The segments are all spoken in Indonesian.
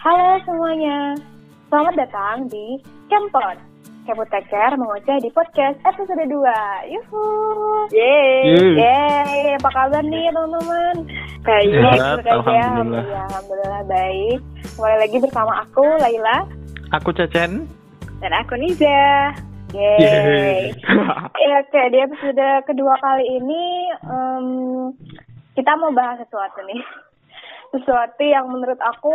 Halo semuanya, selamat datang di Kempot. Kempot Care mengoceh di podcast episode 2. Yuhu. Yeay. Apa kabar nih teman-teman? Baik, Alhamdulillah baik. Kembali lagi bersama aku, Laila. Aku Cecen. Dan aku Niza. Yeay. Oke, di episode kedua kali ini kita mau bahas sesuatu nih. Sesuatu yang menurut aku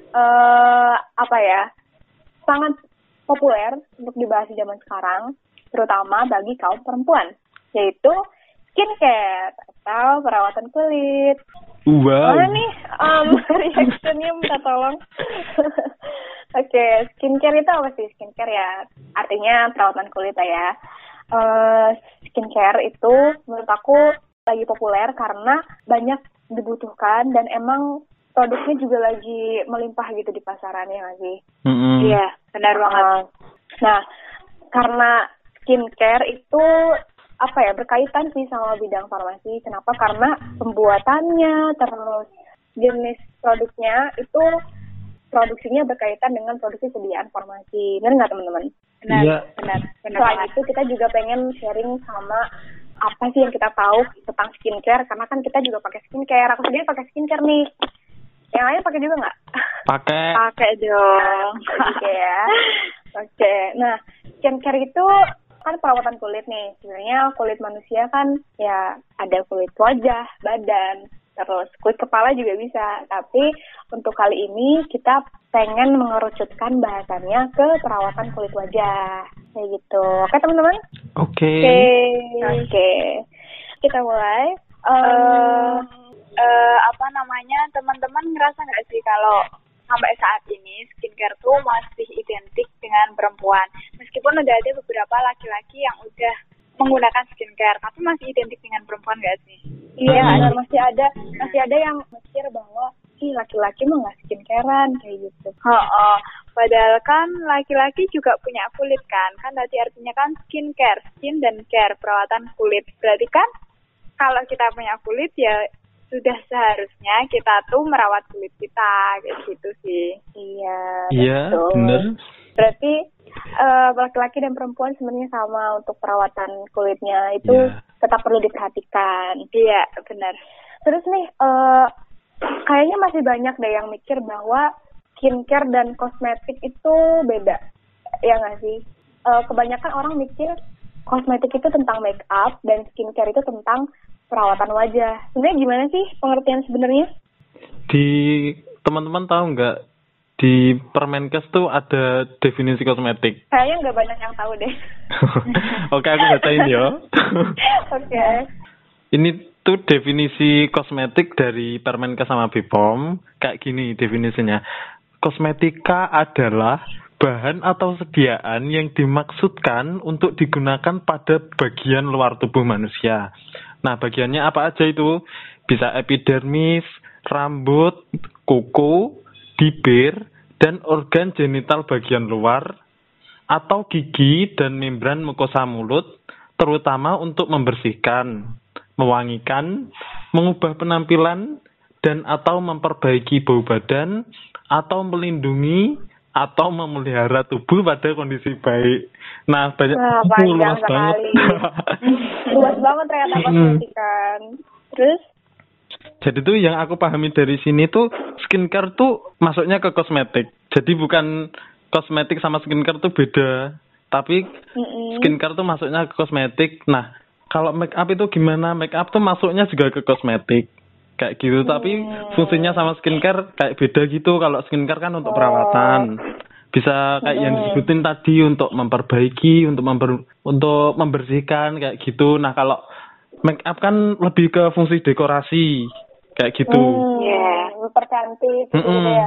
sangat populer untuk dibahas di zaman sekarang, terutama bagi kaum perempuan, yaitu skincare atau perawatan kulit. Wow. Mana nih reactionnya minta tolong. Oke, skincare itu apa sih? Skincare ya artinya perawatan kulit ya. Skincare itu menurut aku lagi populer karena banyak dibutuhkan dan emang produknya juga lagi melimpah gitu di pasarannya nggak sih? Iya, benar banget. Nah, karena skincare itu berkaitan sih sama bidang farmasi. Kenapa? Karena pembuatannya, terus jenis produknya itu produksinya berkaitan dengan produksi sediaan farmasi. Benar nggak teman-teman? Iya. Benar. Selain itu kita juga pengen sharing sama apa sih yang kita tahu tentang skincare, karena kan kita juga pakai skincare. Aku sendiri pakai skincare nih. Yang lain pakai juga nggak? Pakai dong. Oke ya. Oke. Nah, skincare itu kan perawatan kulit nih. Sebenarnya kulit manusia kan ya ada kulit wajah, badan, terus kulit kepala juga bisa. Tapi untuk kali ini kita pengen mengerucutkan bahasannya ke perawatan kulit wajah. Kayak gitu. Oke teman-teman? Oke. Kita mulai. Teman-teman ngerasa nggak sih kalau sampai saat ini skincare tuh masih identik dengan perempuan, meskipun udah ada beberapa laki-laki yang udah menggunakan skincare, tapi masih identik dengan perempuan nggak sih? Iya, masih ada yang mikir bahwa laki-laki mah nggak skincarean kayak gitu. Padahal kan laki-laki juga punya kulit kan tadi artinya kan skincare, skin dan care, perawatan kulit. Berarti kan kalau kita punya kulit ya sudah seharusnya kita tuh merawat kulit kita, kayak gitu sih. Iya, benar. Berarti laki-laki dan perempuan sebenarnya sama untuk perawatan kulitnya itu tetap perlu diperhatikan. Iya, benar. Terus nih, kayaknya masih banyak deh yang mikir bahwa skincare dan kosmetik itu beda, ya nggak sih? Kebanyakan orang mikir kosmetik itu tentang make up dan skincare itu tentang perawatan wajah. Sebenarnya gimana sih pengertian sebenarnya? Di teman-teman tahu nggak, di Permenkes tuh ada definisi kosmetik? Kayaknya nggak banyak yang tahu deh. Oke, aku bacain ya. Oke. Ini tuh definisi kosmetik dari Permenkes sama BPOM. Kayak gini definisinya. Kosmetika adalah bahan atau sediaan yang dimaksudkan untuk digunakan pada bagian luar tubuh manusia. Nah, bagiannya apa aja itu? Bisa epidermis, rambut, kuku, bibir, dan organ genital bagian luar, atau gigi dan membran mukosa mulut, terutama untuk membersihkan, mewangikan, mengubah penampilan, dan atau memperbaiki bau badan, atau melindungi, atau memelihara tubuh pada kondisi baik. Nah, luas banget. Luas banget ternyata kosmetik kan. Terus? Jadi tuh yang aku pahami dari sini tuh skincare tuh masuknya ke kosmetik. Jadi bukan kosmetik sama skincare tuh beda. Tapi skincare tuh masuknya ke kosmetik. Nah, kalau make up itu gimana? Make up tuh masuknya juga ke kosmetik. Kayak gitu, tapi fungsinya sama skincare kayak beda gitu. Kalau skincare kan untuk perawatan, bisa kayak yang disebutin tadi untuk memperbaiki, untuk membersihkan kayak gitu. Nah, kalau make up kan lebih ke fungsi dekorasi kayak gitu. Mempercantik gitu ya.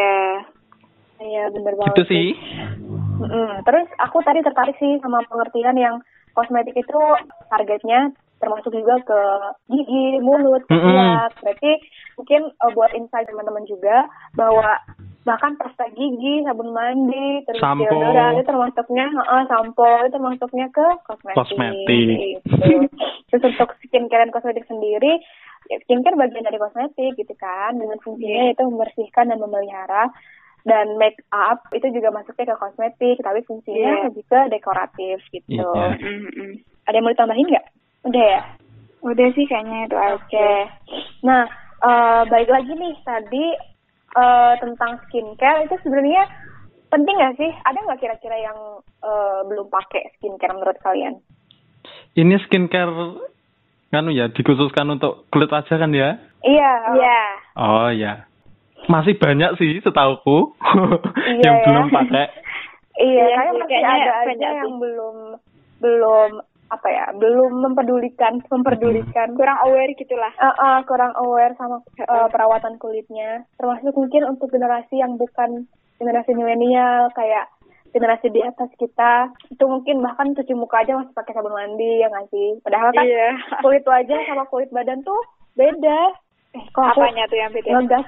Iya, benar banget. Gitu sih. Terus aku tadi tertarik sih sama pengertian yang kosmetik itu targetnya termasuk juga ke gigi, mulut, kulit. Berarti mungkin buat insight teman-teman juga bahwa bahkan pasta gigi, sabun mandi, terus deodoran itu termasuknya sampo itu termasuknya ke kosmetik. Terus untuk skincare dan kosmetik sendiri, ya, skincare bagian dari kosmetik gitu kan, dengan fungsinya itu membersihkan dan memelihara dan make up itu juga masuknya ke kosmetik, tapi fungsinya lebih ke dekoratif gitu. Ada yang mau ditambahin nggak? Udah ya? Udah sih kayaknya itu aja. Oke. Nah, balik lagi nih tadi tentang skincare itu sebenarnya penting nggak sih? Ada nggak kira-kira yang belum pakai skincare menurut kalian? Ini skincare kan ya dikhususkan untuk kulit wajah kan ya? Iya. Oh ya. Masih banyak sih setauku Iya, yang belum pakai. Iya, masih kayaknya ada aja banyak yang belum apa ya, belum memperdulikan, kurang aware gitulah. Kurang aware sama perawatan kulitnya. Termasuk mungkin untuk generasi yang bukan generasi milenial, kayak generasi di atas kita, itu mungkin bahkan cuci muka aja masih pakai sabun mandi, ya nggak sih? Padahal kan kulit wajah sama kulit badan tuh beda. Apanya tuh yang beda? Ngegas.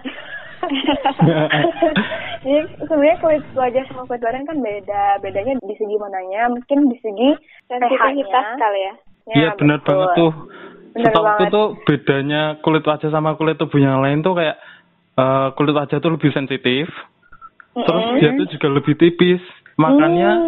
Jadi sebenarnya kulit wajah sama kulit badan kan beda. Bedanya di segi mananya, mungkin di segi sensitivitas kali ya. Iya benar banget tuh. Setahu tuh bedanya kulit wajah sama kulit tubuh yang lain tuh kayak kulit wajah tuh lebih sensitif. Terus dia tuh juga lebih tipis. Makanya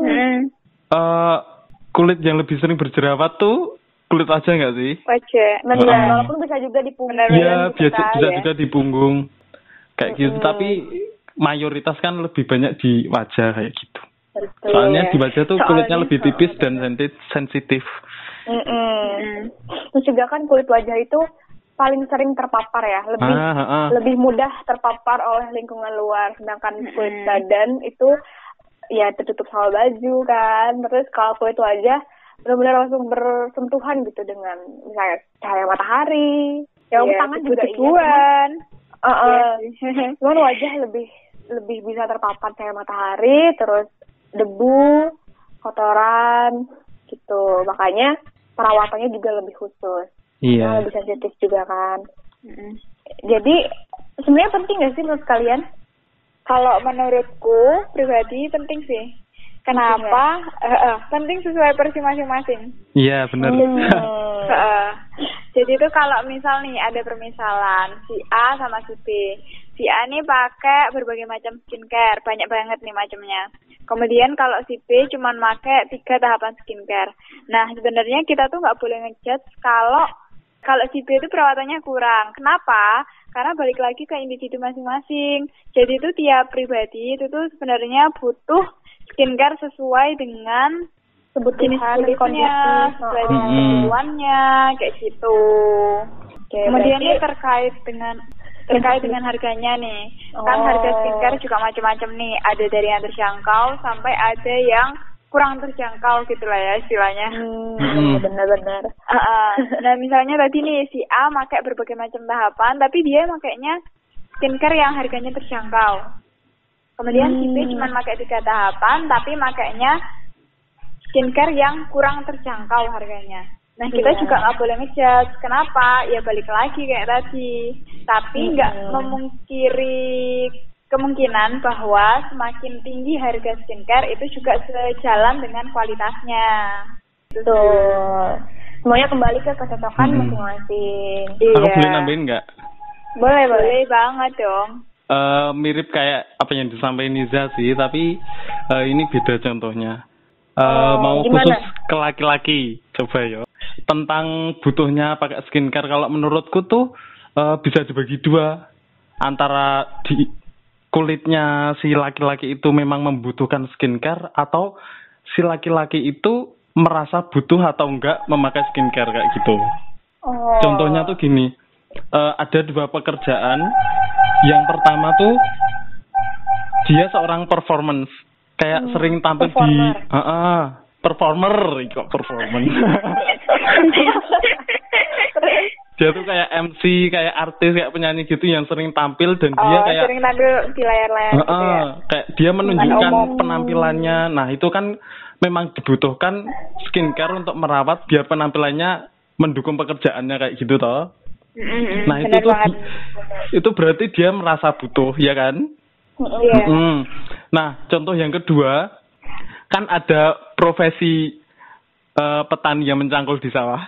kulit yang lebih sering berjerawat tuh kulit wajah nggak sih? Wajah. Walaupun bisa juga di punggung. Iya, bisa juga di punggung. Kayak gitu, tapi mayoritas kan lebih banyak di wajah kayak gitu. Betul, soalnya di wajah tuh kulitnya lebih tipis dan sensitif. Terus juga kan kulit wajah itu paling sering terpapar ya, lebih mudah terpapar oleh lingkungan luar. Sedangkan kulit badan itu ya tertutup sama baju kan. Terus kalau kulit wajah benar-benar langsung bersentuhan gitu dengan misalnya cahaya matahari, tangan juga debuan. Cuman wajah lebih bisa terpapar cahaya matahari, terus debu, kotoran gitu. Makanya perawatannya juga lebih khusus. Iya. Lebih sensitif juga kan. Jadi sebenarnya penting nggak sih menurut kalian? Kalau menurutku pribadi penting sih. Kenapa? Penting sesuai porsi masing-masing. Iya benar. Jadi itu kalau misal nih ada permisalan si A sama si B. Si A nih pakai berbagai macam skincare, banyak banget nih macamnya. Kemudian kalau si B cuman pakai 3 tahapan skincare. Nah sebenarnya kita tuh nggak boleh ngejudge kalau si B itu perawatannya kurang. Kenapa? Karena balik lagi ke individu masing-masing. Jadi itu tiap pribadi itu tuh sebenarnya butuh skincare sesuai dengan jenis kulitnya, sesuai dengan kebutuhannya, kayak gitu. Kemudian ini terkait dengan harganya nih. Kan harga skincare juga macam-macam nih. Ada dari yang terjangkau sampai ada yang kurang terjangkau gitu lah ya istilahnya. Benar-benar. Nah misalnya tadi nih si A pakai berbagai macam tahapan, tapi dia makainya skincare yang harganya terjangkau. Kemudian si B cuma pakai 3 tahapan, tapi makainya skincare yang kurang terjangkau harganya. Nah kita juga nggak boleh ngejudge. Kenapa? Ya balik lagi kayak tadi. Tapi nggak memungkiri kemungkinan bahwa semakin tinggi harga skincare itu juga sejalan dengan kualitasnya. Betul. Semuanya kembali ke kecocokan masing-masing. Aku boleh nambahin nggak? Boleh banget dong. Mirip kayak apa yang disampaikan Niza sih, tapi ini beda contohnya. Mau gimana? Khusus ke laki-laki, coba ya. Tentang butuhnya pakai skincare, kalau menurutku tuh bisa dibagi 2. Antara di kulitnya si laki-laki itu memang membutuhkan skincare, atau si laki-laki itu merasa butuh atau enggak memakai skincare kayak gitu. Contohnya tuh gini, ada 2 pekerjaan. Yang pertama tuh dia seorang performance, kayak sering tampil performer. Performer kok performance. Dia tuh kayak MC, kayak artis, kayak penyanyi gitu yang sering tampil dan dia kayak sering tampil di layar-layar gitu ya. Kayak dia menunjukkan penampilannya. Nah, itu kan memang dibutuhkan skincare untuk merawat biar penampilannya mendukung pekerjaannya kayak gitu toh. Nah, itu berarti dia merasa butuh, ya kan? Nah, contoh yang kedua, kan ada profesi petani yang mencangkul di sawah.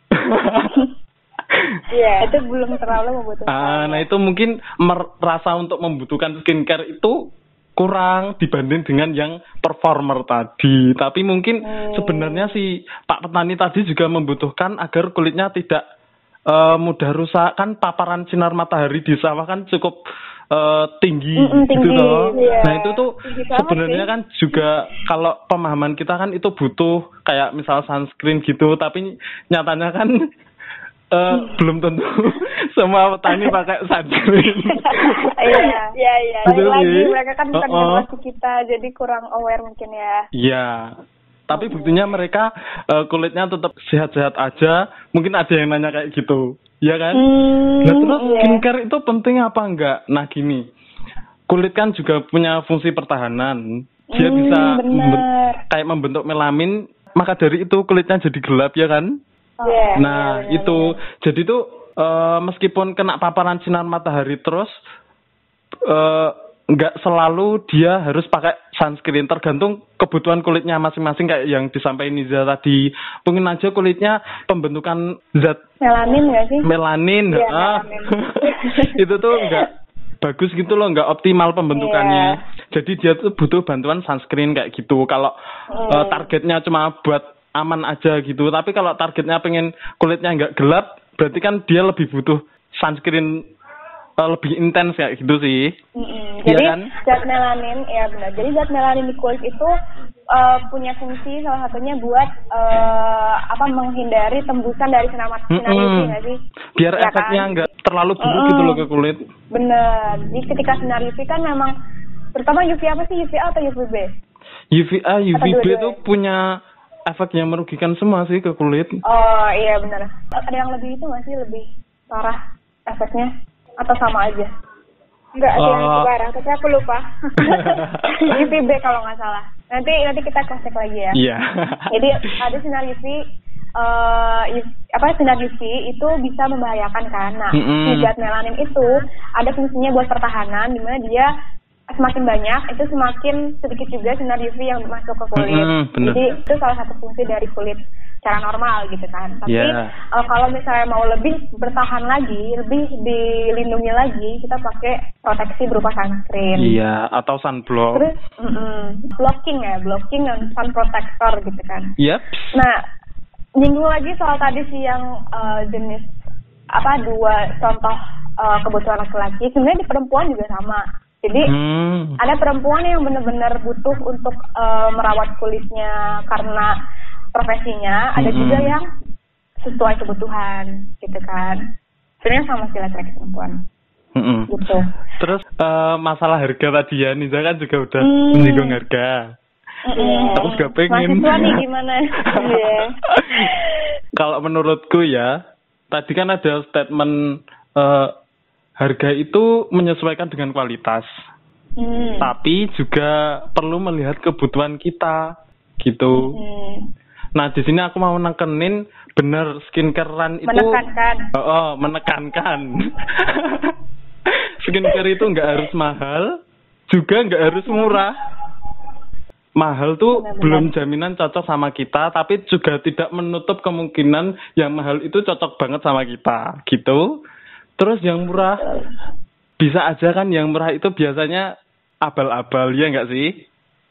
Itu belum terlalu membutuhkan. Nah, itu mungkin merasa untuk membutuhkan skincare itu kurang dibanding dengan yang performer tadi. Tapi mungkin sebenarnya si Pak petani tadi juga membutuhkan agar kulitnya tidak mudah rusak. Kan paparan sinar matahari di sawah kan cukup tinggi gitu loh. Iya. Nah itu tuh sebenarnya kan juga kalau pemahaman kita kan itu butuh kayak misal sunscreen gitu. Tapi nyatanya kan belum tentu semua petani pakai sunscreen. Iya. Balik lagi mereka kan bukan generasi kita, jadi kurang aware mungkin ya. Iya. Tapi buktinya mereka kulitnya tetap sehat-sehat aja. Mungkin ada yang nanya kayak gitu, ya kan? Nah terus skincare itu penting apa enggak? Nah gini, kulit kan juga punya fungsi pertahanan. Dia bisa kayak membentuk melamin. Maka dari itu kulitnya jadi gelap, ya kan? Nah itu jadi tuh meskipun kena paparan sinar matahari terus nggak selalu dia harus pakai sunscreen, tergantung kebutuhan kulitnya masing-masing kayak yang disampaikan Niza tadi. Mungkin aja kulitnya pembentukan zat melanin nggak sih? Melanin, itu tuh nggak bagus gitu loh, nggak optimal pembentukannya. Jadi dia tuh butuh bantuan sunscreen kayak gitu. Kalau targetnya cuma buat aman aja gitu, tapi kalau targetnya pengen kulitnya nggak gelap, berarti kan dia lebih butuh sunscreen lebih intens kayak gitu sih. Jadi kan? zat melanin, ya benar. Jadi zat melanin di kulit itu punya fungsi salah satunya buat menghindari tembusan dari sinar UV nggak sih? Biar ya efeknya nggak terlalu buruk gitu loh ke kulit. Bener. Jadi ketika sinar UV kan memang, terutama UV apa sih, UVA atau UVB? UVA, UVB itu punya efek yang merugikan semua sih ke kulit. Oh iya benar. Ada yang lebih itu nggak sih, lebih parah efeknya? Atau sama aja? Enggak ada yang parah, tapi aku lupa. UVB kalau nggak salah. Nanti kita cek lagi ya. Iya. Jadi ada sinar UV, sinar UV itu bisa membahayakan kan. Nah, zat melanin itu ada fungsinya buat pertahanan, dimana dia semakin banyak itu semakin sedikit juga sinar UV yang masuk ke kulit. Jadi itu salah satu fungsi dari kulit secara normal gitu kan. Tapi kalau misalnya mau lebih bertahan lagi, lebih dilindungi lagi, kita pakai proteksi berupa sunscreen. Iya, atau sunblock. Terus blocking dan sun protector gitu kan. Yep. Nah, nyinggung lagi soal tadi sih yang jenis dua contoh kebutuhan laki-laki. Sebenarnya di perempuan juga sama. Jadi ada perempuan yang benar-benar butuh untuk merawat kulitnya karena profesinya, ada juga yang sesuai kebutuhan gitu kan. Sebenarnya sama sih laki-laki perempuan. Gitu. Terus masalah harga tadi ya, Niza kan juga udah menyinggung harga. Aku juga pengen. Mahasiswa nih gimana? Kalau menurutku ya, tadi kan ada statement harga itu menyesuaikan dengan kualitas. Tapi juga perlu melihat kebutuhan kita gitu. Nah, di sini aku mau nekenin bener skincarean itu menekankan. Skincare itu nggak harus mahal, juga nggak harus murah. Mahal tuh belum jaminan cocok sama kita, tapi juga tidak menutup kemungkinan yang mahal itu cocok banget sama kita, gitu. Terus yang murah, bisa aja kan yang murah itu biasanya abal-abal, ya nggak sih?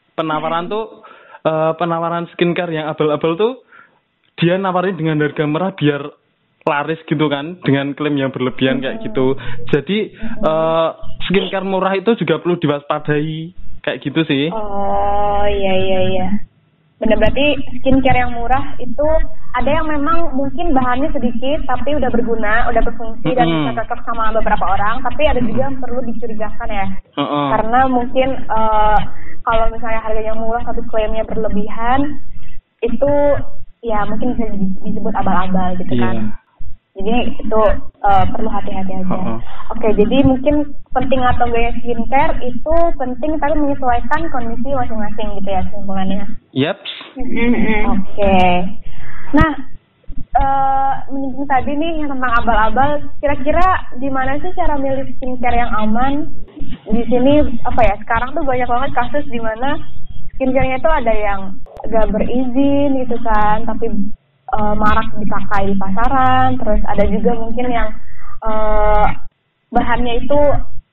Penawaran skincare yang abal-abal tuh dia nawarin dengan harga murah biar laris gitu kan, dengan klaim yang berlebihan kayak gitu. Jadi skincare murah itu juga perlu diwaspadai kayak gitu sih. Oh iya. Benar, berarti skincare yang murah itu ada yang memang mungkin bahannya sedikit tapi udah berguna, udah berfungsi dan bisa cocok sama beberapa orang. Tapi ada juga yang perlu dicurigakan ya, karena mungkin kalau misalnya harganya murah tapi klaimnya berlebihan, itu ya mungkin bisa disebut abal-abal gitu kan. Jadi itu perlu hati-hati aja. Oke, jadi mungkin penting atau enggaknya skincare itu penting tapi menyesuaikan kondisi masing-masing gitu ya kesimpulannya. Yep. Oke. Nah, menyinggung tadi nih tentang abal-abal, kira-kira di mana sih cara milih skincare yang aman? Di sini sekarang tuh banyak banget kasus di mana skincare-nya itu ada yang gak berizin gitu kan, tapi marak dipakai di pasaran. Terus ada juga mungkin yang bahannya itu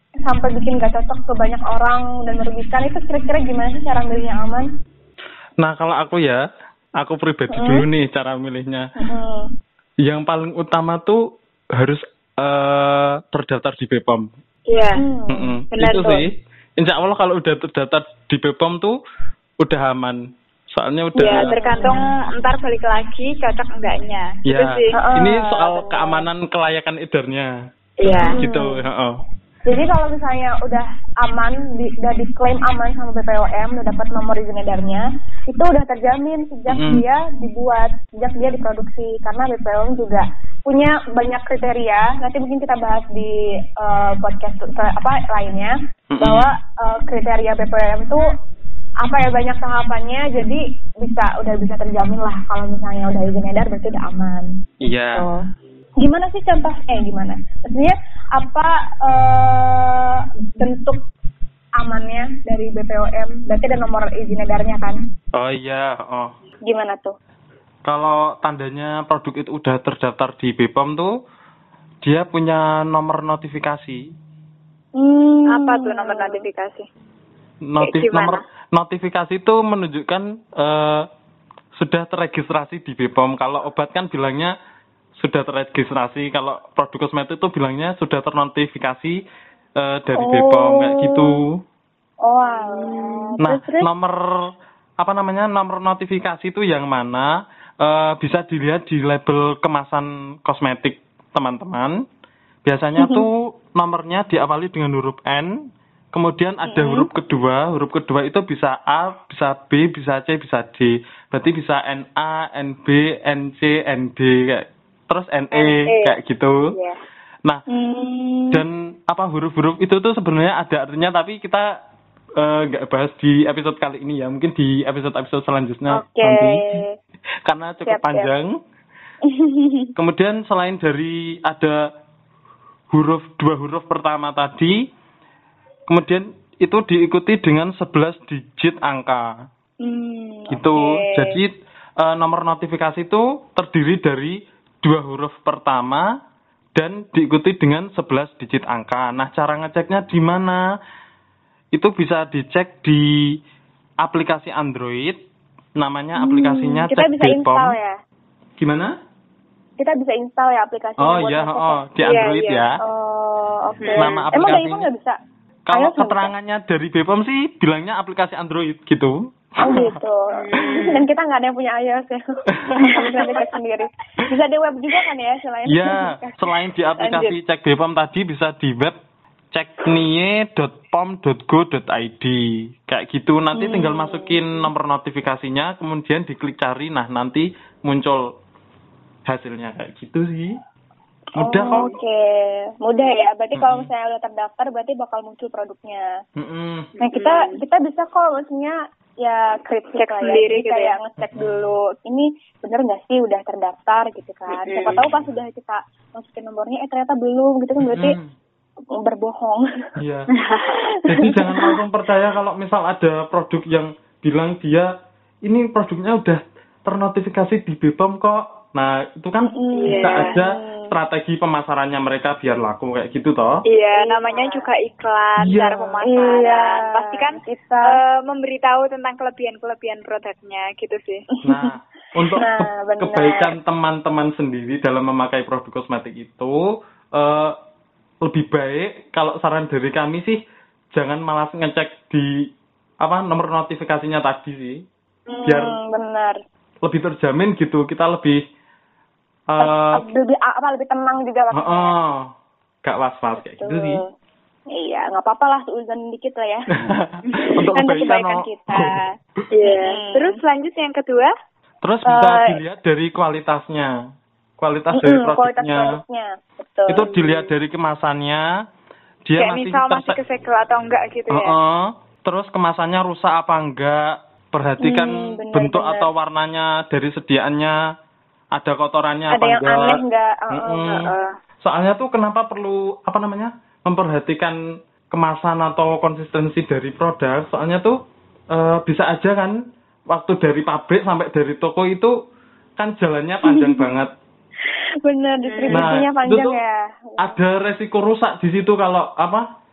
sampai bikin gak cocok ke banyak orang dan merugikan, itu kira-kira gimana sih cara milihnya aman? Nah, kalau aku pribadi dulu nih cara milihnya. Yang paling utama tuh harus terdaftar di BPOM. Iya. Benar itu tuh. sih. Insya Allah kalau udah terdaftar di BPOM tuh udah aman. Soalnya udah. Ya, tergantung ntar balik lagi cocok enggaknya. Ya, Gitu sih. ini soal keamanan kelayakan edarnya. Iya. Gitu. Jadi kalau misalnya udah aman, udah diklaim aman sama BPOM, udah dapat nomor izin edarnya, itu udah terjamin sejak dia dibuat, sejak dia diproduksi. Karena BPOM juga punya banyak kriteria. Nanti mungkin kita bahas di podcast lainnya, bahwa kriteria BPOM itu banyak tahapannya. Jadi udah bisa terjamin lah kalau misalnya udah izin edar berarti udah aman. Iya. So, gimana sih contoh? Gimana? Maksudnya apa bentuk amannya dari BPOM? Berarti ada nomor izin edarnya kan? Oh iya. Gimana tuh? Kalau tandanya produk itu udah terdaftar di BPOM tuh, dia punya nomor notifikasi. Apa tuh nomor notifikasi? Nomor notifikasi itu menunjukkan sudah terregistrasi di BPOM. Kalau obat kan bilangnya sudah terregistrasi, kalau produk kosmetik itu bilangnya sudah ternotifikasi dari BPOM kayak gitu. Nah, terus? nomor notifikasi itu yang mana bisa dilihat di label kemasan kosmetik, teman-teman. Biasanya tuh nomornya diawali dengan huruf N, kemudian ada huruf kedua itu bisa A, bisa B, bisa C, bisa D. Berarti bisa NA, NB, NC, ND kayak terus NE kayak gitu. Yeah. Nah, dan huruf-huruf itu tuh sebenarnya ada artinya, tapi kita nggak bahas di episode kali ini ya, mungkin di episode selanjutnya nanti karena cukup panjang. Kemudian selain dari ada dua huruf pertama tadi, kemudian itu diikuti dengan 11 digit angka. Gitu. Jadi nomor notifikasi itu terdiri dari dua huruf pertama dan diikuti dengan 11 digit angka. Nah, cara ngeceknya di mana? Itu bisa dicek di aplikasi Android. Namanya aplikasinya kita Cek bisa BPOM. install ya? Gimana? Kita bisa install ya aplikasinya. Oh iya, di Android ya. Oke. Nama Emang dari aplikasinya iPhone nggak bisa? Kalau keterangannya dari BPOM sih bilangnya aplikasi Android gitu. Oh gitu. Dan kita nggak ada yang punya iOS ya. Bisa dicek sendiri. Bisa di web juga kan ya selain? Iya, selain di aplikasi Cek BPOM tadi bisa di web ceknie.pom.go.id kayak gitu. Nanti tinggal masukin nomor notifikasinya, kemudian diklik cari, nah nanti muncul hasilnya kayak gitu sih. Mudah kok. Oke, mudah ya. Berarti kalau misalnya udah terdaftar berarti bakal muncul produknya. Nah kita bisa kok maksudnya ya kritik lah ya. Sendiri Jadi gitu kayak ya. ngecek dulu ini bener nggak sih udah terdaftar gitu kan. Siapa tahu pas sudah kita masukin nomornya ternyata belum gitu kan, berarti berbohong. Iya. Jadi jangan langsung percaya kalau misal ada produk yang bilang dia ini produknya udah ternotifikasi di BPOM kok. Nah, itu kan bisa aja strategi pemasarannya mereka biar laku kayak gitu toh. Iya, namanya juga iklan, cara pemasaran. Iya. Pasti kan kita memberitahu tentang kelebihan-kelebihan produknya gitu sih. Nah, untuk kebaikan teman-teman sendiri dalam memakai produk kosmetik itu lebih baik kalau saran dari kami sih jangan malas ngecek di nomor notifikasinya tadi sih. Biar benar. Lebih terjamin gitu. Kita lebih lebih tenang juga waktunya. Gak was-was kayak gitu sih. Iya, nggak apa-apa lah, seuzon dikit lah ya. Untuk kebaikan kita. Iya. Terus lanjut yang kedua? Terus bisa dilihat dari kualitasnya. Kualitas dari produknya. Betul. Itu dilihat dari kemasannya. Dia kayak misal masih kesegel atau enggak gitu ya. Terus kemasannya rusak apa enggak. Perhatikan bentuk atau warnanya dari sediaannya. Ada kotorannya ada apa yang enggak. Aneh enggak. Soalnya tuh kenapa perlu memperhatikan kemasan atau konsistensi dari produk. Soalnya tuh bisa aja kan waktu dari pabrik sampai dari toko itu kan jalannya panjang banget. Benar, distribusinya panjang itu ya. Ada resiko rusak di situ kalau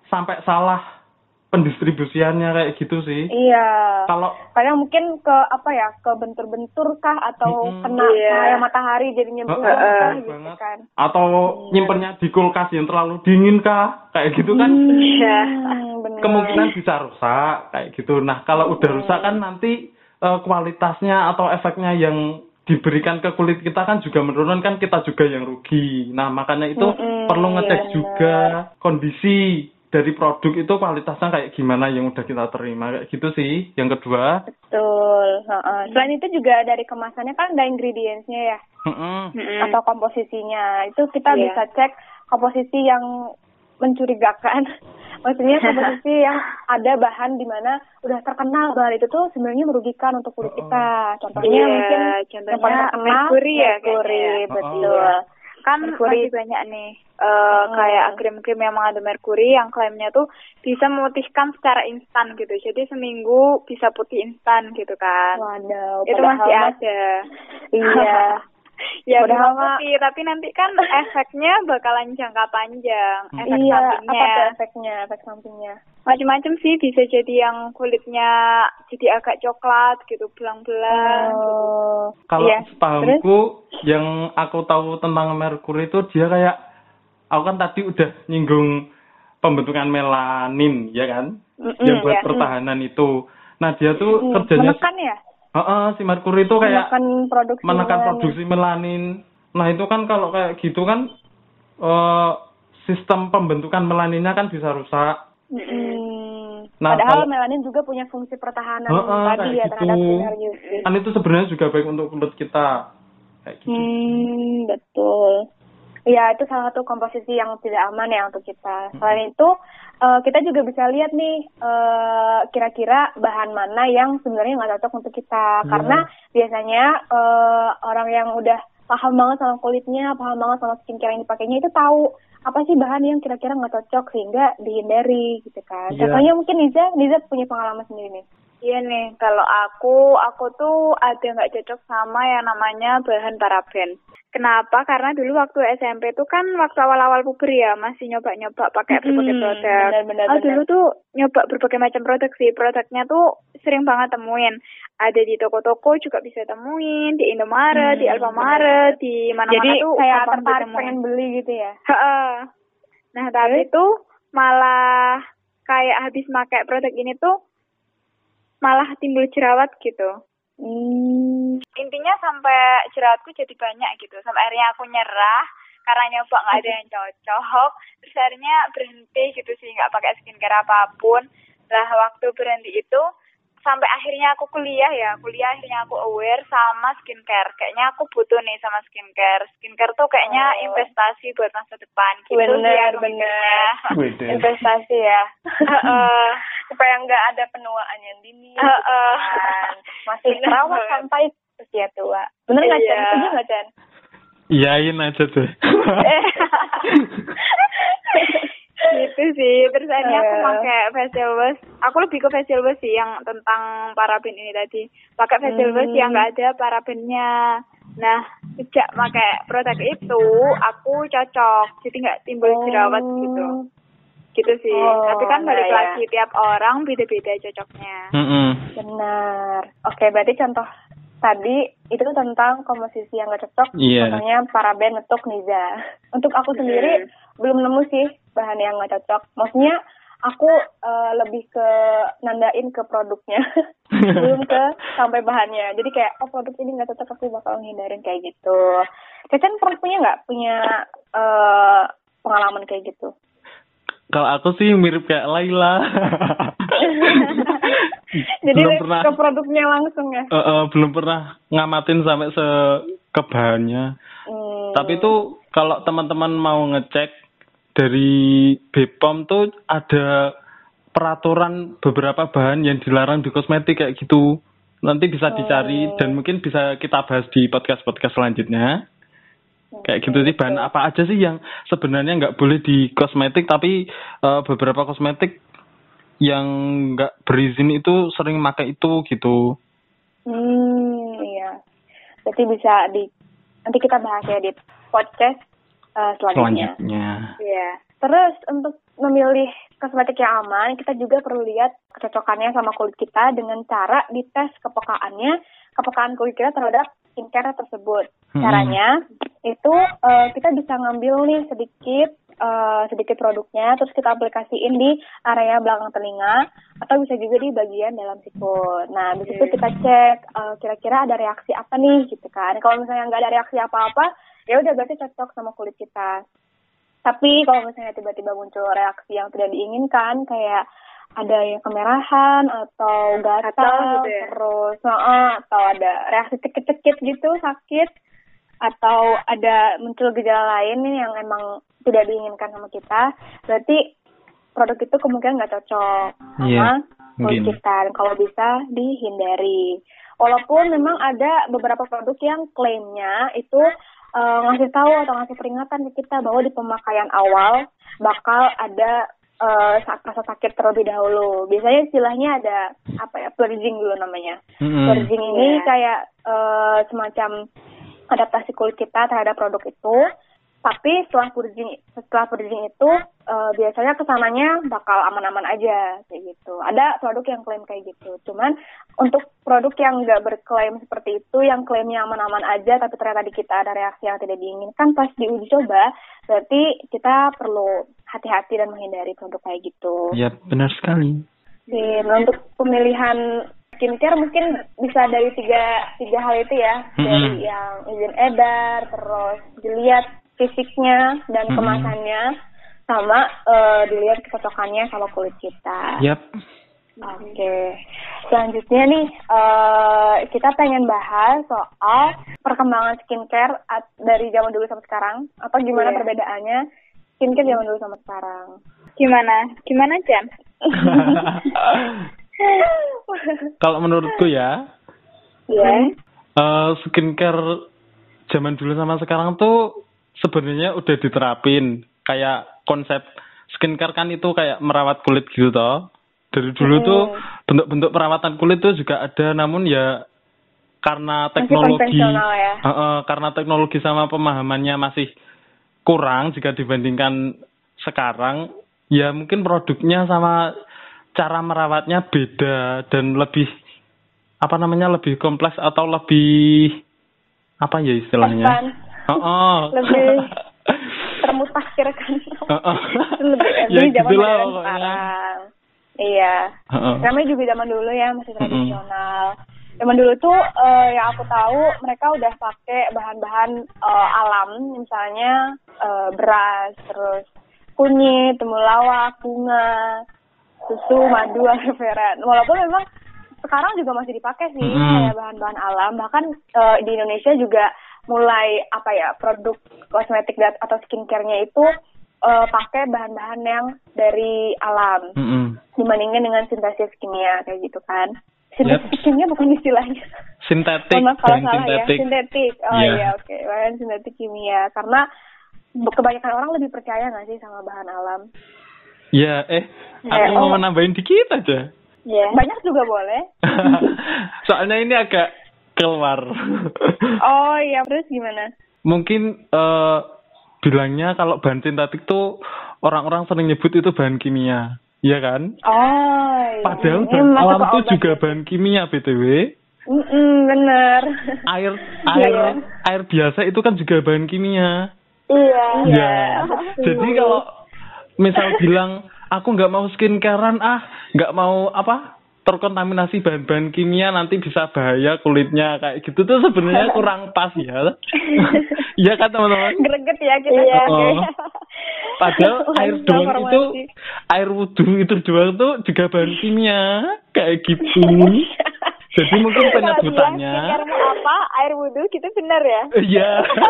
sampai salah pendistribusiannya kayak gitu sih. Iya. Kalau kadang mungkin ke bentur-bentur kah atau kena cahaya matahari jadinya berubah gitu kan. Atau nyimpennya di kulkas yang terlalu dingin kah, kayak gitu kan. Iya. Kemungkinan bisa rusak kayak gitu. Nah, kalau udah rusak kan nanti kualitasnya atau efeknya yang diberikan ke kulit kita kan juga menurun, kan kita juga yang rugi. Nah, makanya itu perlu ngecek juga kondisi dari produk itu kualitasnya kayak gimana yang udah kita terima, kayak gitu sih. Yang kedua. Betul. Selain itu juga dari kemasannya kan ada ingredients-nya ya. Atau komposisinya. Itu kita bisa cek komposisi yang mencurigakan. Maksudnya komposisi yang ada bahan di mana udah terkenal bahan itu tuh sebenarnya merugikan untuk kulit kita. Contohnya mungkin yang paling terkenal merkuri, betul. Kan masih banyak nih kayak krim-krim yang mengandung merkuri yang klaimnya tuh bisa memutihkan secara instan gitu. Jadi seminggu bisa putih instan gitu kan. Waduh, itu masih ada. Iya. Ya memang putih, tapi nanti kan efeknya bakalan jangka panjang. Efek sampingnya. Apa tuh efek sampingnya? Macam-macam sih, bisa jadi yang kulitnya jadi agak coklat gitu, belang-belang. Kalau sepahamku yang aku tahu tentang merkuri itu dia kayak, aku kan tadi udah nyinggung pembentukan melanin, ya kan? Yang buat pertahanan itu. Nah, dia tuh kerjanya menekan ya? si merkuri itu kayak menekan produksi melanin. Nah, itu kan kalau kayak gitu kan sistem pembentukan melaninnya kan bisa rusak. Nah, padahal melanin juga punya fungsi pertahanan tadi ya terhadap sinar UV. Kan itu sebenarnya juga baik untuk kulit kita. Kayak gitu. Betul. Ya, itu salah satu komposisi yang tidak aman ya untuk kita. Selain itu, kita juga bisa lihat nih, kira-kira bahan mana yang sebenarnya nggak cocok untuk kita. Karena biasanya orang yang udah paham banget sama kulitnya, paham banget sama skincare yang dipakainya itu tahu apa sih bahan yang kira-kira nggak cocok sehingga dihindari gitu kan. Contohnya mungkin Niza punya pengalaman sendiri nih. Iya nih, kalau aku tuh ada nggak cocok sama yang namanya bahan paraben. Kenapa? Karena dulu waktu SMP tuh kan waktu awal-awal puber ya, masih nyoba-nyoba pakai berbagai produk. Benar. Dulu tuh nyoba berbagai macam produk sih. Produknya tuh sering banget temuin. Ada di toko-toko juga bisa temuin, di Indomaret, di Alfamaret, di mana-mana. Jadi, tuh kayak tertarik pengen beli gitu ya? Nah, tapi tuh malah kayak habis pakai produk ini tuh malah timbul jerawat gitu. Intinya sampai jerawatku jadi banyak gitu. Sampai akhirnya aku nyerah karena nyoba nggak ada yang cocok. Terus akhirnya berhenti gitu sih, nggak pakai skincare apapun. Lah waktu berhenti itu sampai akhirnya aku kuliah akhirnya aku aware sama skincare. Kayaknya aku butuh nih sama skincare. Skincare tuh kayaknya investasi buat masa depan gitu. Bener. Investasi ya. Supaya nggak ada penuaan yang dini. Masih terawat sampai usia tua. Bener nggak, Chan? Setuju nggak, Chan? Iyain aja tuh. Gitu sih. Terus akhirnya aku pakai facial wash. Aku lebih ke facial wash sih yang tentang paraben ini tadi. Pakai facial wash yang nggak ada parabennya. Nah, sejak pakai produk itu aku cocok. Jadi nggak timbul jerawat gitu. Gitu sih. Tapi kan balik lagi tiap orang beda-beda cocoknya. Benar. Oke, berarti contoh tadi itu tentang komposisi yang gak cocok, contohnya paraben untuk Niza. Untuk aku sendiri belum nemu sih bahan yang gak cocok. Maksudnya aku lebih ke nandain ke produknya, belum ke sampai bahannya. Jadi kayak produk ini gak cocok, aku bakal ngindarin kayak gitu. Cacan pernah punya pengalaman kayak gitu? Kalau aku sih mirip kayak Laila. Jadi ke produknya langsung ya? Belum pernah ngamatin sampai ke bahannya. Tapi itu kalau teman-teman mau ngecek dari BPOM tuh ada peraturan beberapa bahan yang dilarang di kosmetik kayak gitu. Nanti bisa dicari dan mungkin bisa kita bahas di podcast-podcast selanjutnya. Kayak gitu sih, bahan apa aja sih yang sebenarnya nggak boleh di kosmetik, tapi beberapa kosmetik yang nggak berizin itu sering pakai itu gitu. Iya. Berarti bisa nanti kita bahas ya di podcast selanjutnya. Iya. Terus untuk memilih kosmetik yang aman, kita juga perlu lihat kecocokannya sama kulit kita dengan cara dites kepekaan kulit kita terhadap skincare tersebut. Caranya itu kita bisa ngambil nih sedikit produknya, terus kita aplikasiin di area belakang telinga, atau bisa juga di bagian dalam siku. Nah, di situ kita cek kira-kira ada reaksi apa nih, gitu kan. Kalau misalnya nggak ada reaksi apa-apa, ya udah berarti cocok sama kulit kita. Tapi kalau misalnya tiba-tiba muncul reaksi yang tidak diinginkan, kayak ada yang kemerahan atau gatal, gitu ya? terus atau ada reaksi cekit-cekit gitu, sakit, atau ada muncul gejala lain nih yang emang tidak diinginkan sama kita, berarti produk itu kemungkinan nggak cocok sama kulit kita, dan kalau bisa dihindari. Walaupun memang ada beberapa produk yang klaimnya itu ngasih tahu atau ngasih peringatan ke kita bahwa di pemakaian awal bakal ada rasa sakit terlebih dahulu. Biasanya istilahnya ada purging dulu namanya. Purging ini kayak semacam adaptasi kulit kita terhadap produk itu. Tapi setelah purging itu biasanya kesananya bakal aman-aman aja kayak gitu. Ada produk yang klaim kayak gitu. Cuman untuk produk yang nggak berklaim seperti itu, yang klaimnya aman-aman aja, tapi ternyata di kita ada reaksi yang tidak diinginkan pas diuji coba, berarti kita perlu hati-hati dan menghindari produk kayak gitu. Ya, benar sekali. Untuk pemilihan skincare mungkin bisa dari tiga hal itu ya, dari yang izin edar, terus dilihat fisiknya dan kemasannya, sama dilihat kecocokannya sama kulit kita. Yap. Oke. Selanjutnya nih, kita pengen bahas soal perkembangan skincare dari zaman dulu sampai sekarang. Apa gimana perbedaannya skincare zaman dulu sama sekarang? Gimana Jan? Kalau menurutku ya, skincare zaman dulu sama sekarang tuh sebenarnya udah diterapin. Kayak konsep skincare kan itu kayak merawat kulit gitu toh. Dari dulu tuh bentuk-bentuk perawatan kulit tuh juga ada, namun ya karena teknologi karena teknologi sama pemahamannya masih kurang jika dibandingkan sekarang, ya mungkin produknya sama cara merawatnya beda dan lebih lebih kompleks atau lebih apa ya istilahnya? Lebih termutakhirkan. Lebih zaman gitulah sekarang. Iya. Namanya juga zaman dulu ya masih tradisional. Zaman dulu tuh yang aku tahu mereka udah pakai bahan-bahan alam, misalnya beras, terus kunyit, temulawak, bunga, susu, madu, aloe vera. Walaupun memang sekarang juga masih dipakai sih kayak bahan-bahan alam. Bahkan di Indonesia juga mulai produk kosmetik atau skincare-nya itu pakai bahan-bahan yang dari alam dibandingkan dengan sintesis kimia kayak gitu kan. Sintesis kimia bukan istilahnya. Sintetik. Kalau salah ya, sintetik. Oke. Bahan sintetik kimia. Karena kebanyakan orang lebih percaya nggak sih sama bahan alam? Ya, aku mau nambahin dikit aja. Banyak juga boleh. Soalnya ini agak keluar. Oh iya, terus gimana? Mungkin bilangnya kalau bahan sintetik tuh orang-orang sering nyebut itu bahan kimia, iya kan? Oh iya. Padahal bahan alam tuh juga bahan kimia BTW. Bener. Air biasa itu kan juga bahan kimia. Iya. Jadi kalau misal bilang aku nggak mau skincarean, nggak mau terkontaminasi bahan-bahan kimia, nanti bisa bahaya kulitnya kayak gitu tuh sebenarnya kurang pas ya. Iya kan teman-teman? Greget ya kita. Padahal air wudhu itu doang tuh juga bahan kimia kayak gitu. Jadi mungkin penyebutannya air wudhu gitu benar ya? Iya.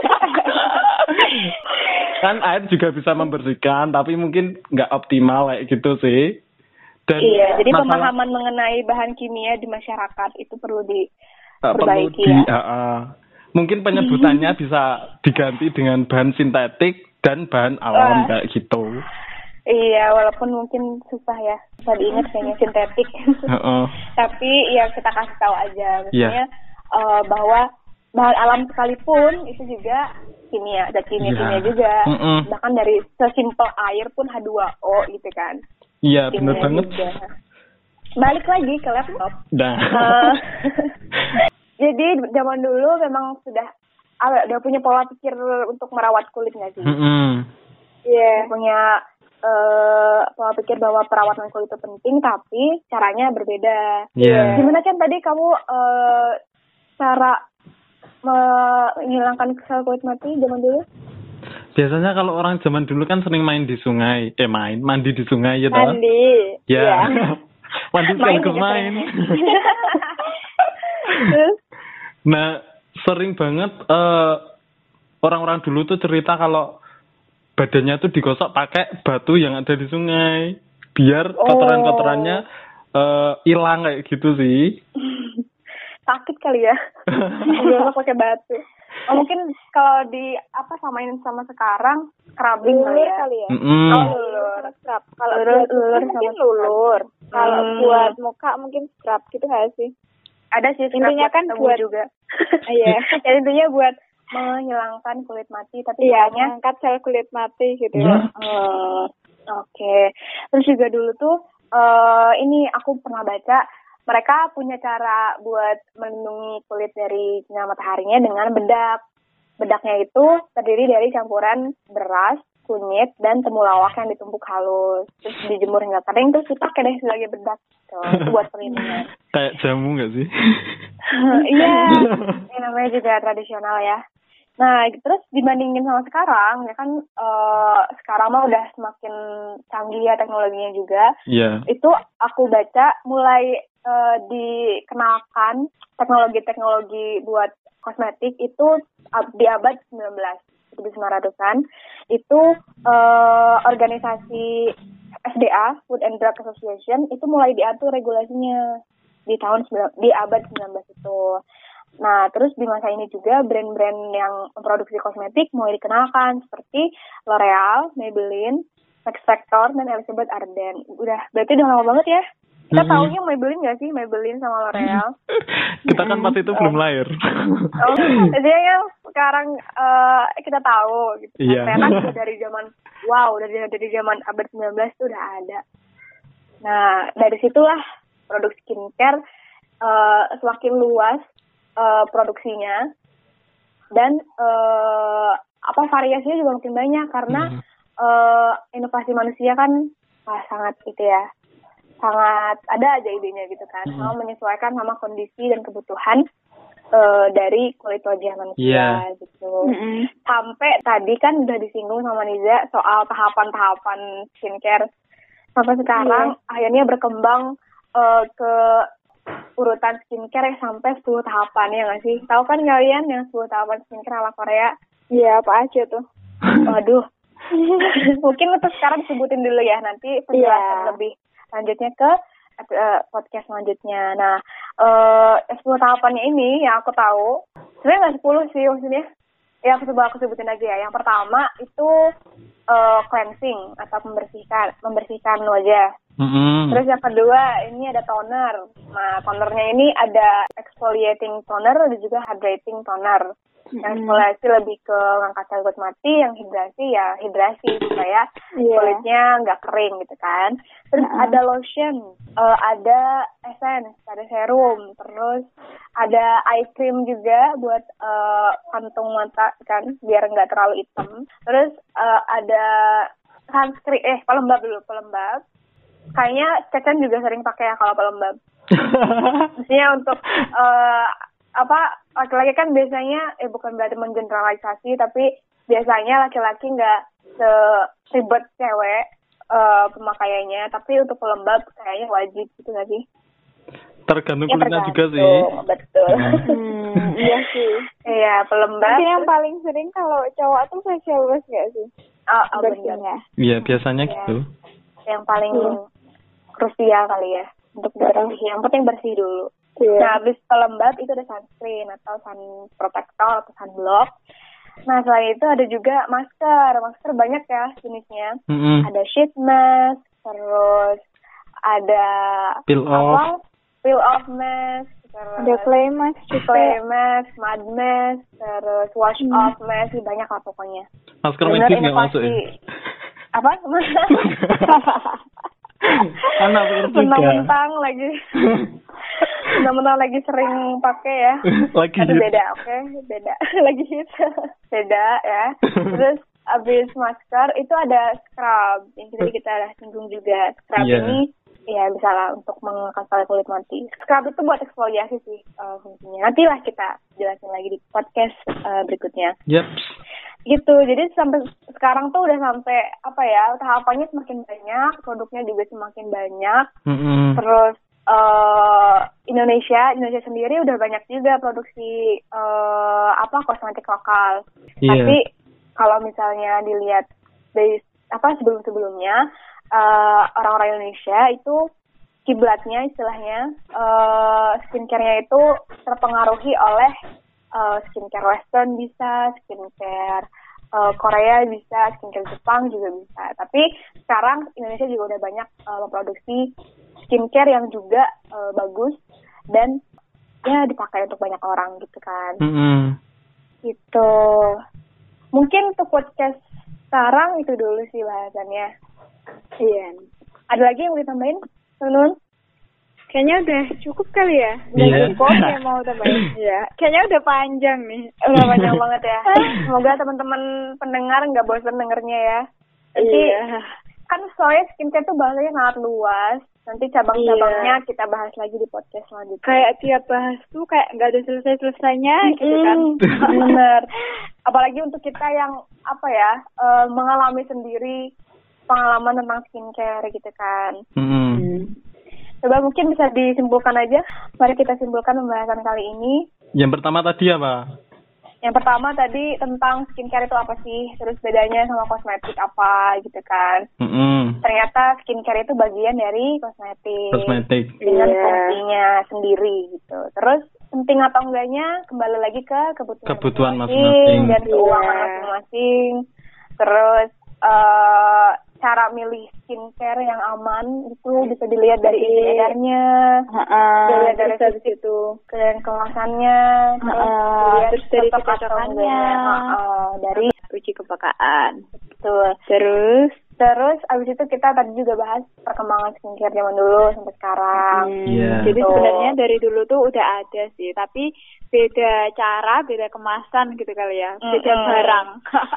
Kan air juga bisa membersihkan, tapi mungkin nggak optimal kayak gitu sih. Dan jadi pemahaman mengenai bahan kimia di masyarakat itu perlu diperbaiki ya. Mungkin penyebutannya bisa diganti dengan bahan sintetik dan bahan alam kayak gitu. Iya, walaupun mungkin susah ya, bisa diingat kayaknya sintetik. Tapi ya kita kasih tahu aja, maksudnya bahwa bahan alam sekalipun itu juga kimia, ada kimia juga. Bahkan dari sesimpel air pun H2O gitu kan. Iya, benar banget. Juga. Balik lagi ke laptop. Jadi zaman dulu memang udah punya pola pikir untuk merawat kulit nggak sih? Iya. Punya pola pikir bahwa perawatan kulit itu penting, tapi caranya berbeda. Gimana kan tadi kamu cara menghilangkan sel kulit mati zaman dulu? Biasanya kalau orang zaman dulu kan sering main di sungai, mandi di sungai ya toh? Mandi. Ya. Mandi sekaligus main. Nah, sering banget orang-orang dulu tuh cerita kalau badannya tuh digosok pakai batu yang ada di sungai, biar kotoran-kotorannya hilang kayak gitu sih. Sakit kali ya, digosok pakai batu. Mungkin kalau samain sama sekarang scrubbing kali ya. Lulur. Kalau lulur mungkin lulur. Kalau buat muka mungkin scrub gitu nggak sih? Ada sih, intinya kan buat juga. Iya. Ya, intinya buat menghilangkan kulit mati, tapi mengangkat sel kulit mati gitu. Oke. Terus juga dulu tuh ini aku pernah baca mereka punya cara buat melindungi kulit dari sinar mataharinya dengan bedak. Bedaknya itu terdiri dari campuran beras, kunyit, dan temulawak yang ditumbuk halus. Terus dijemur hingga kering, terus dipakai deh sebagai bedak. Itu buat perlindungan. Kayak jamu nggak sih? Iya, ini namanya juga tradisional ya. Nah, terus dibandingin sama sekarang, ya kan sekarang mah udah semakin canggih ya teknologinya juga. Iya. Itu aku baca mulai dikenalkan teknologi-teknologi buat kosmetik itu di abad 19, 1900-an. Itu organisasi FDA, Food and Drug Association, itu mulai diatur regulasinya di abad 19 itu. Nah, terus di masa ini juga brand-brand yang memproduksi kosmetik mulai dikenalkan seperti L'Oreal, Maybelline, Max Factor, dan Elizabeth Arden. Berarti udah lama banget ya. Kita taunya Maybelline nggak sih? Maybelline sama L'Oreal. Kita kan pas itu belum lahir. Jadi yang sekarang kita tahu gitu. Iya. Ternyata dari zaman abad 19 itu udah ada. Nah, dari situlah produk skincare semakin luas produksinya, dan variasinya juga makin banyak karena inovasi manusia kan sangat ada aja idenya gitu kan, mau menyesuaikan sama kondisi dan kebutuhan dari kulit wajah manusia gitu. Sampai tadi kan udah disinggung sama Niza soal tahapan-tahapan skincare. Sampai sekarang akhirnya berkembang ke urutan skincare sampai 10 tahapan, ya nggak sih? Tahu kan kalian yang 10 tahapan skincare ala Korea? Iya, apa aja tuh? Waduh. Mungkin untuk sekarang disebutin dulu ya, nanti penjelasan lebih lanjutnya ke podcast selanjutnya. Nah, 10 tahapannya ini yang aku tahu, sebenarnya nggak 10 sih maksudnya. Ya, aku sebutin aja ya. Yang pertama itu cleansing atau membersihkan wajah. Terus yang kedua ini ada toner. Nah, tonernya ini ada exfoliating toner dan juga hydrating toner. Yang eksfoliasi lebih ke ngangkat sel kulit mati, yang hidrasi supaya kulitnya nggak kering gitu kan. Terus ada lotion, ada essence, ada serum, terus ada eye cream juga buat kantung mata kan biar nggak terlalu hitam. Terus ada sunscreen, pelembab. Kayaknya Cecen juga sering pakai ya kalau pelembab. Maksudnya untuk laki-laki kan biasanya bukan berarti menggeneralisasi, tapi biasanya laki-laki nggak seribet cewek pemakaiannya, tapi untuk pelembab kayaknya wajib gitu nggak sih? Tergantung kulitnya juga sih. Betul. Iya sih. Iya, pelembab. Mungkin yang paling sering kalau cowok tuh facial wash nggak sih? Bersihnya. Iya, biasanya gitu. Yang paling krusial kali ya untuk bersih. Yang penting bersih dulu. Nah, habis pelembab itu ada sunscreen atau sun protector atau sunblock. Nah, selain itu ada juga masker. Masker banyak ya jenisnya. Ada sheet mask, terus ada peel off mask, Ada Clay Mask juga. Clay Mask, Mud Mask, terus Wash Off Mask, banyak lah pokoknya. Masker Bener medis nggak masuk ya? Apa? Anak juga. Mentang-mentang lagi. Mentang-mentang lagi sering pakai ya. Lagi Tapi hit. beda, oke? Beda. Lagi hit. Beda ya. Terus abis masker itu ada scrub yang tadi kita udah singgung juga. Scrub ini ya bisa lah untuk mengangkat kulit mati. Scrub itu buat eksfoliasi sih fungsinya. Nantilah kita jelasin lagi di podcast berikutnya. Yep. Gitu, jadi sampai sekarang tuh udah sampai apa ya, tahapannya semakin banyak, produknya juga semakin banyak. Terus Indonesia sendiri udah banyak juga produksi kosmetik lokal. Tapi kalau misalnya dilihat dari sebelum-sebelumnya orang-orang Indonesia itu kiblatnya istilahnya skincare-nya itu terpengaruhi oleh skincare Western bisa, skincare Korea bisa, skincare Jepang juga bisa. Tapi sekarang Indonesia juga udah banyak memproduksi skincare yang juga bagus dan ya dipakai untuk banyak orang gitu kan. Gitu. Mungkin untuk podcast sekarang itu dulu sih bahasannya. Iya. Ada lagi yang mau ditambahin, Nun? Kayaknya udah cukup kali ya. Iya. Cukup ya mau tambahin. Iya. Kayaknya udah panjang nih. Udah panjang banget ya. Semoga teman-teman pendengar nggak bosan dengernya ya. Nanti kan soalnya skincare tuh bahasanya sangat luas. Nanti cabang-cabangnya kita bahas lagi di podcast selanjutnya. Kayak tiap bahas tuh kayak nggak ada selesai-selesainya gitu kan. Bener. Apalagi untuk kita yang mengalami sendiri pengalaman tentang skincare gitu kan. Coba mungkin bisa disimpulkan aja. Mari kita simpulkan pembahasan kali ini. Yang pertama tadi apa? Yang pertama tadi tentang skincare itu apa sih? Terus bedanya sama kosmetik apa gitu kan. Ternyata skincare itu bagian dari kosmetik. Dengan fungsinya sendiri gitu. Terus penting atau enggaknya kembali lagi ke kebutuhan masing-masing dan keuangan masing-masing. Terus cara milih skincare yang aman itu bisa dilihat dari edarnya, dilihat dari situ kemasannya, terus dari kecocokannya, dari uji kepekaan. Betul. Terus abis itu kita tadi juga bahas perkembangan skincare zaman dulu sampai sekarang. Jadi sebenarnya dari dulu tuh udah ada sih, tapi beda cara, beda kemasan gitu kali ya, beda barang.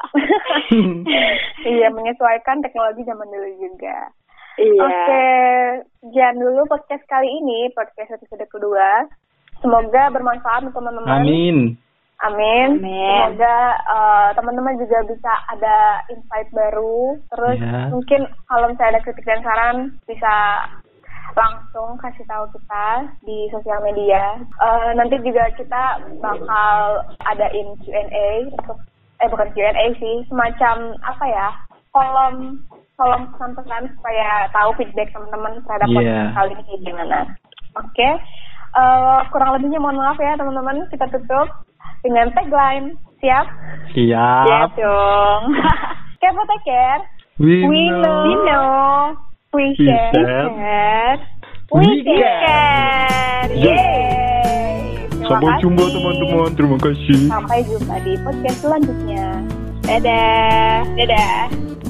Iya, menyesuaikan teknologi zaman dulu juga. Iya. Oke, sekian dulu podcast kali ini, podcast episode kedua. Semoga bermanfaat untuk teman-teman. Amin. Semoga teman-teman juga bisa ada insight baru. Terus mungkin kalau misalnya ada kritik dan saran bisa langsung kasih tahu kita di sosial media. Nanti juga kita bakal adain Q&A untuk bukan Q&A sih, semacam kolom pesan-pesan supaya tahu feedback teman-teman terhadap podcast kali ini kayak gimana. Oke. Kurang lebihnya mohon maaf ya teman-teman. Kita tutup dengan tagline. Siap? Siap dong. Kepo take care. We know. We share. We care. Yeay. Sampai jumpa teman-teman. Terima kasih. Sampai jumpa di podcast selanjutnya. Dadah.